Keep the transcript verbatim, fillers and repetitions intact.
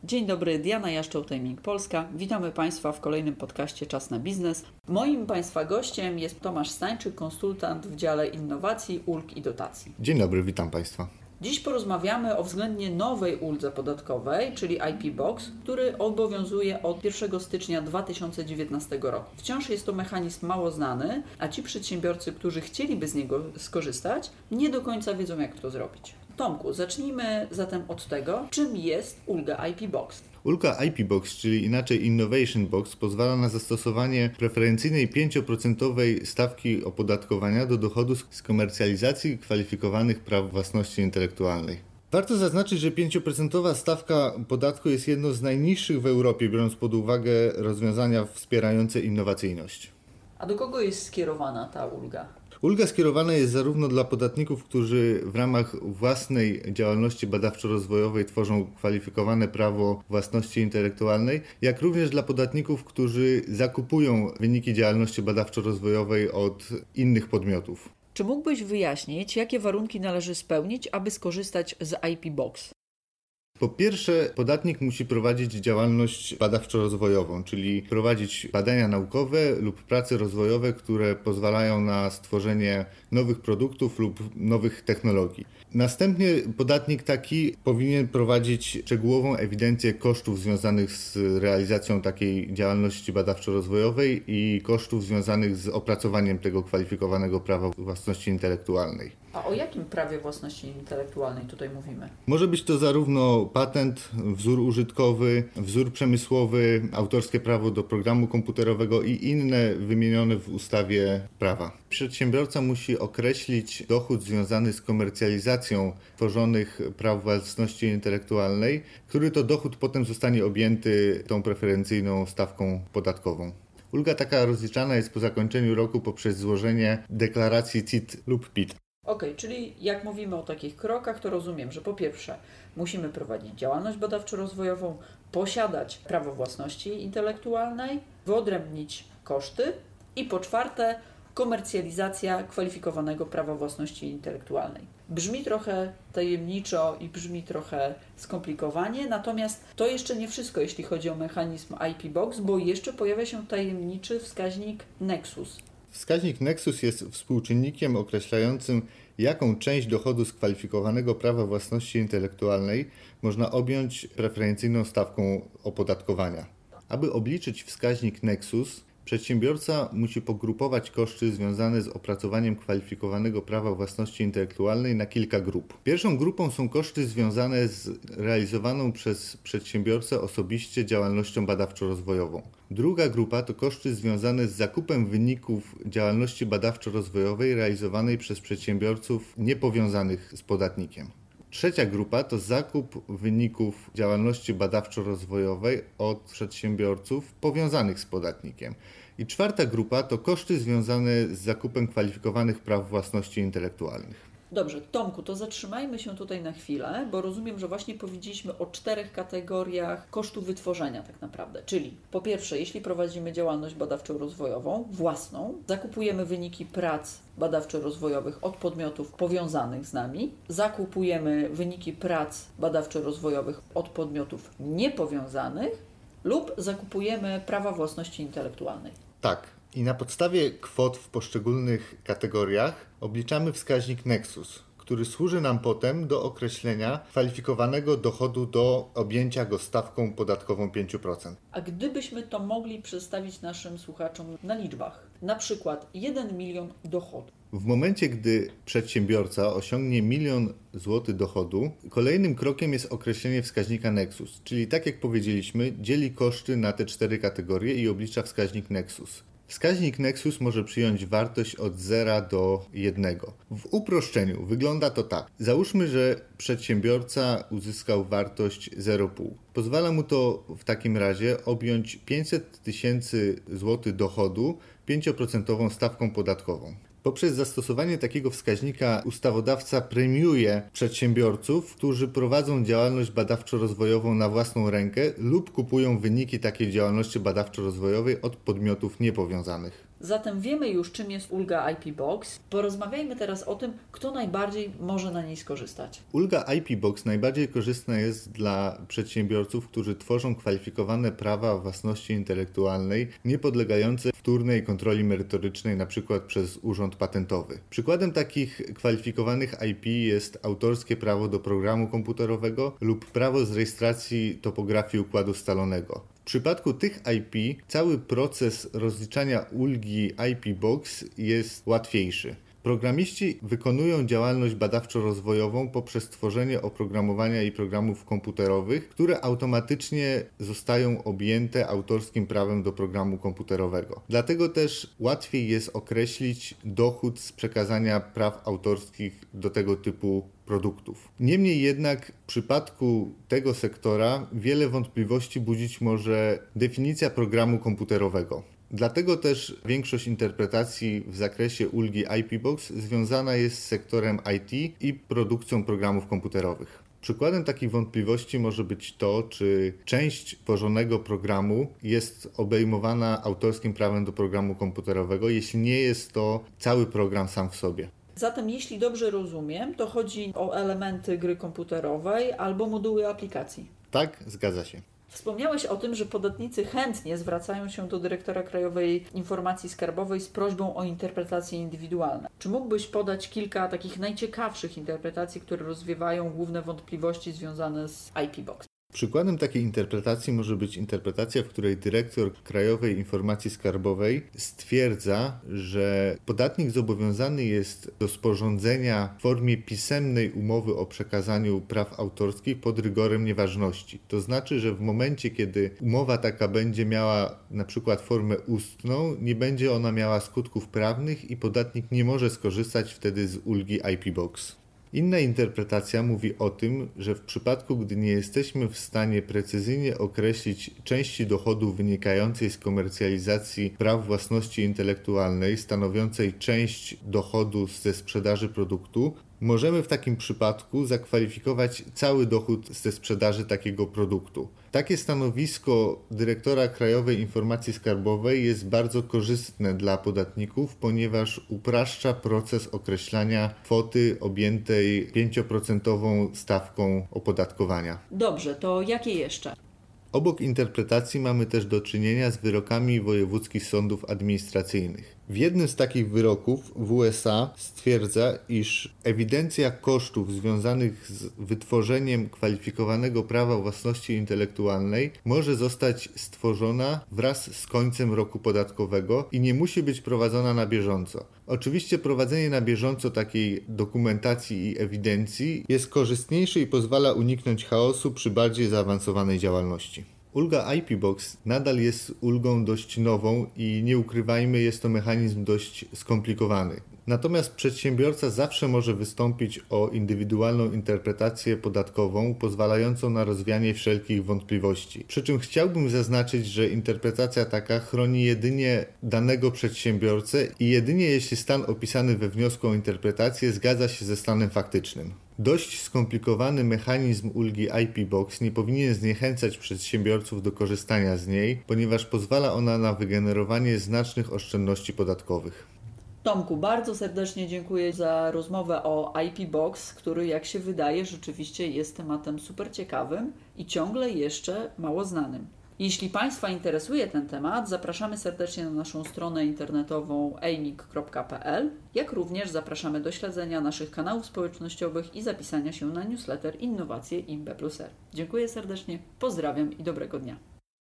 Dzień dobry, Diana Jaszczoł, Timing Polska. Witamy Państwa w kolejnym podcaście Czas na biznes. Moim Państwa gościem jest Tomasz Stańczyk, konsultant w dziale innowacji, ulg i dotacji. Dzień dobry, witam Państwa. Dziś porozmawiamy o względnie nowej uldze podatkowej, czyli I P Box, który obowiązuje od pierwszego stycznia dwa tysiące dziewiętnastego roku. Wciąż jest to mechanizm mało znany, a ci przedsiębiorcy, którzy chcieliby z niego skorzystać, nie do końca wiedzą, jak to zrobić. Tomku, zacznijmy zatem od tego, czym jest ulga I P Box. Ulga I P Box, czyli inaczej Innovation Box, pozwala na zastosowanie preferencyjnej pięć procent stawki opodatkowania do dochodu z komercjalizacji kwalifikowanych praw własności intelektualnej. Warto zaznaczyć, że pięć procent stawka podatku jest jedną z najniższych w Europie, biorąc pod uwagę rozwiązania wspierające innowacyjność. A do kogo jest skierowana ta ulga? Ulga skierowana jest zarówno dla podatników, którzy w ramach własnej działalności badawczo-rozwojowej tworzą kwalifikowane prawo własności intelektualnej, jak również dla podatników, którzy zakupują wyniki działalności badawczo-rozwojowej od innych podmiotów. Czy mógłbyś wyjaśnić, jakie warunki należy spełnić, aby skorzystać z I P Box? Po pierwsze, podatnik musi prowadzić działalność badawczo-rozwojową, czyli prowadzić badania naukowe lub prace rozwojowe, które pozwalają na stworzenie nowych produktów lub nowych technologii. Następnie podatnik taki powinien prowadzić szczegółową ewidencję kosztów związanych z realizacją takiej działalności badawczo-rozwojowej i kosztów związanych z opracowaniem tego kwalifikowanego prawa własności intelektualnej. A o jakim prawie własności intelektualnej tutaj mówimy? Może być to zarówno patent, wzór użytkowy, wzór przemysłowy, autorskie prawo do programu komputerowego i inne wymienione w ustawie prawa. Przedsiębiorca musi określić dochód związany z komercjalizacją tworzonych praw własności intelektualnej, który to dochód potem zostanie objęty tą preferencyjną stawką podatkową. Ulga taka rozliczana jest po zakończeniu roku poprzez złożenie deklaracji C I T lub P I T. Ok, czyli jak mówimy o takich krokach, to rozumiem, że po pierwsze musimy prowadzić działalność badawczo-rozwojową, posiadać prawo własności intelektualnej, wyodrębnić koszty i po czwarte komercjalizacja kwalifikowanego prawa własności intelektualnej. Brzmi trochę tajemniczo i brzmi trochę skomplikowanie, natomiast to jeszcze nie wszystko, jeśli chodzi o mechanizm I P Box, bo jeszcze pojawia się tajemniczy wskaźnik Nexus. Wskaźnik Nexus jest współczynnikiem określającym, jaką część dochodu z kwalifikowanego prawa własności intelektualnej można objąć preferencyjną stawką opodatkowania. Aby obliczyć wskaźnik Nexus, przedsiębiorca musi pogrupować koszty związane z opracowaniem kwalifikowanego prawa własności intelektualnej na kilka grup. Pierwszą grupą są koszty związane z realizowaną przez przedsiębiorcę osobiście działalnością badawczo-rozwojową. Druga grupa to koszty związane z zakupem wyników działalności badawczo-rozwojowej realizowanej przez przedsiębiorców niepowiązanych z podatnikiem. Trzecia grupa to zakup wyników działalności badawczo-rozwojowej od przedsiębiorców powiązanych z podatnikiem. I czwarta grupa to koszty związane z zakupem kwalifikowanych praw własności intelektualnych. Dobrze, Tomku, to zatrzymajmy się tutaj na chwilę, bo rozumiem, że właśnie powiedzieliśmy o czterech kategoriach kosztu wytworzenia tak naprawdę. Czyli po pierwsze, jeśli prowadzimy działalność badawczo-rozwojową własną, zakupujemy wyniki prac badawczo-rozwojowych od podmiotów powiązanych z nami, zakupujemy wyniki prac badawczo-rozwojowych od podmiotów niepowiązanych lub zakupujemy prawa własności intelektualnej. Tak. I na podstawie kwot w poszczególnych kategoriach obliczamy wskaźnik Nexus, który służy nam potem do określenia kwalifikowanego dochodu do objęcia go stawką podatkową pięć procent. A gdybyśmy to mogli przedstawić naszym słuchaczom na liczbach, na przykład jeden milion dochodu. W momencie, gdy przedsiębiorca osiągnie milion złotych dochodu, kolejnym krokiem jest określenie wskaźnika Nexus, czyli tak jak powiedzieliśmy, dzieli koszty na te cztery kategorie i oblicza wskaźnik Nexus. Wskaźnik Nexus może przyjąć wartość od zera do jednego. W uproszczeniu wygląda to tak. Załóżmy, że przedsiębiorca uzyskał wartość zero przecinek pięć. Pozwala mu to w takim razie objąć pięćset tysięcy złotych dochodu pięć procent stawką podatkową. Poprzez zastosowanie takiego wskaźnika ustawodawca premiuje przedsiębiorców, którzy prowadzą działalność badawczo-rozwojową na własną rękę lub kupują wyniki takiej działalności badawczo-rozwojowej od podmiotów niepowiązanych. Zatem wiemy już, czym jest ulga I P Box. Porozmawiajmy teraz o tym, kto najbardziej może na niej skorzystać. Ulga I P Box najbardziej korzystna jest dla przedsiębiorców, którzy tworzą kwalifikowane prawa własności intelektualnej niepodlegające wtórnej kontroli merytorycznej, np. przez Urząd Patentowy. Przykładem takich kwalifikowanych I P jest autorskie prawo do programu komputerowego lub prawo z rejestracji topografii układu scalonego. W przypadku tych I P cały proces rozliczania ulgi I P Box jest łatwiejszy. Programiści wykonują działalność badawczo-rozwojową poprzez tworzenie oprogramowania i programów komputerowych, które automatycznie zostają objęte autorskim prawem do programu komputerowego. Dlatego też łatwiej jest określić dochód z przekazania praw autorskich do tego typu produktów. Niemniej jednak w przypadku tego sektora wiele wątpliwości budzić może definicja programu komputerowego. Dlatego też większość interpretacji w zakresie ulgi I P Box związana jest z sektorem I T i produkcją programów komputerowych. Przykładem takich wątpliwości może być to, czy część tworzonego programu jest obejmowana autorskim prawem do programu komputerowego, jeśli nie jest to cały program sam w sobie. Zatem, jeśli dobrze rozumiem, to chodzi o elementy gry komputerowej albo moduły aplikacji. Tak, zgadza się. Wspomniałeś o tym, że podatnicy chętnie zwracają się do dyrektora Krajowej Informacji Skarbowej z prośbą o interpretacje indywidualne. Czy mógłbyś podać kilka takich najciekawszych interpretacji, które rozwiewają główne wątpliwości związane z I P Box? Przykładem takiej interpretacji może być interpretacja, w której dyrektor Krajowej Informacji Skarbowej stwierdza, że podatnik zobowiązany jest do sporządzenia w formie pisemnej umowy o przekazaniu praw autorskich pod rygorem nieważności. To znaczy, że w momencie, kiedy umowa taka będzie miała na przykład formę ustną, nie będzie ona miała skutków prawnych i podatnik nie może skorzystać wtedy z ulgi I P Box. Inna interpretacja mówi o tym, że w przypadku, gdy nie jesteśmy w stanie precyzyjnie określić części dochodu wynikającej z komercjalizacji praw własności intelektualnej stanowiącej część dochodu ze sprzedaży produktu, możemy w takim przypadku zakwalifikować cały dochód ze sprzedaży takiego produktu. Takie stanowisko dyrektora Krajowej Informacji Skarbowej jest bardzo korzystne dla podatników, ponieważ upraszcza proces określania kwoty objętej pięcioprocentową stawką opodatkowania. Dobrze, to jakie jeszcze? Obok interpretacji mamy też do czynienia z wyrokami wojewódzkich sądów administracyjnych. W jednym z takich wyroków W U S A stwierdza, iż ewidencja kosztów związanych z wytworzeniem kwalifikowanego prawa własności intelektualnej może zostać stworzona wraz z końcem roku podatkowego i nie musi być prowadzona na bieżąco. Oczywiście prowadzenie na bieżąco takiej dokumentacji i ewidencji jest korzystniejsze i pozwala uniknąć chaosu przy bardziej zaawansowanej działalności. Ulga I P Box nadal jest ulgą dość nową i nie ukrywajmy, jest to mechanizm dość skomplikowany. Natomiast przedsiębiorca zawsze może wystąpić o indywidualną interpretację podatkową pozwalającą na rozwianie wszelkich wątpliwości. Przy czym chciałbym zaznaczyć, że interpretacja taka chroni jedynie danego przedsiębiorcę i jedynie jeśli stan opisany we wniosku o interpretację zgadza się ze stanem faktycznym. Dość skomplikowany mechanizm ulgi I P Box nie powinien zniechęcać przedsiębiorców do korzystania z niej, ponieważ pozwala ona na wygenerowanie znacznych oszczędności podatkowych. Tomku, bardzo serdecznie dziękuję za rozmowę o I P Box, który, jak się wydaje, rzeczywiście jest tematem super ciekawym i ciągle jeszcze mało znanym. Jeśli Państwa interesuje ten temat, zapraszamy serdecznie na naszą stronę internetową eimig kropka p l, jak również zapraszamy do śledzenia naszych kanałów społecznościowych i zapisania się na newsletter Innowacje I M B plus R. Dziękuję serdecznie, pozdrawiam i dobrego dnia.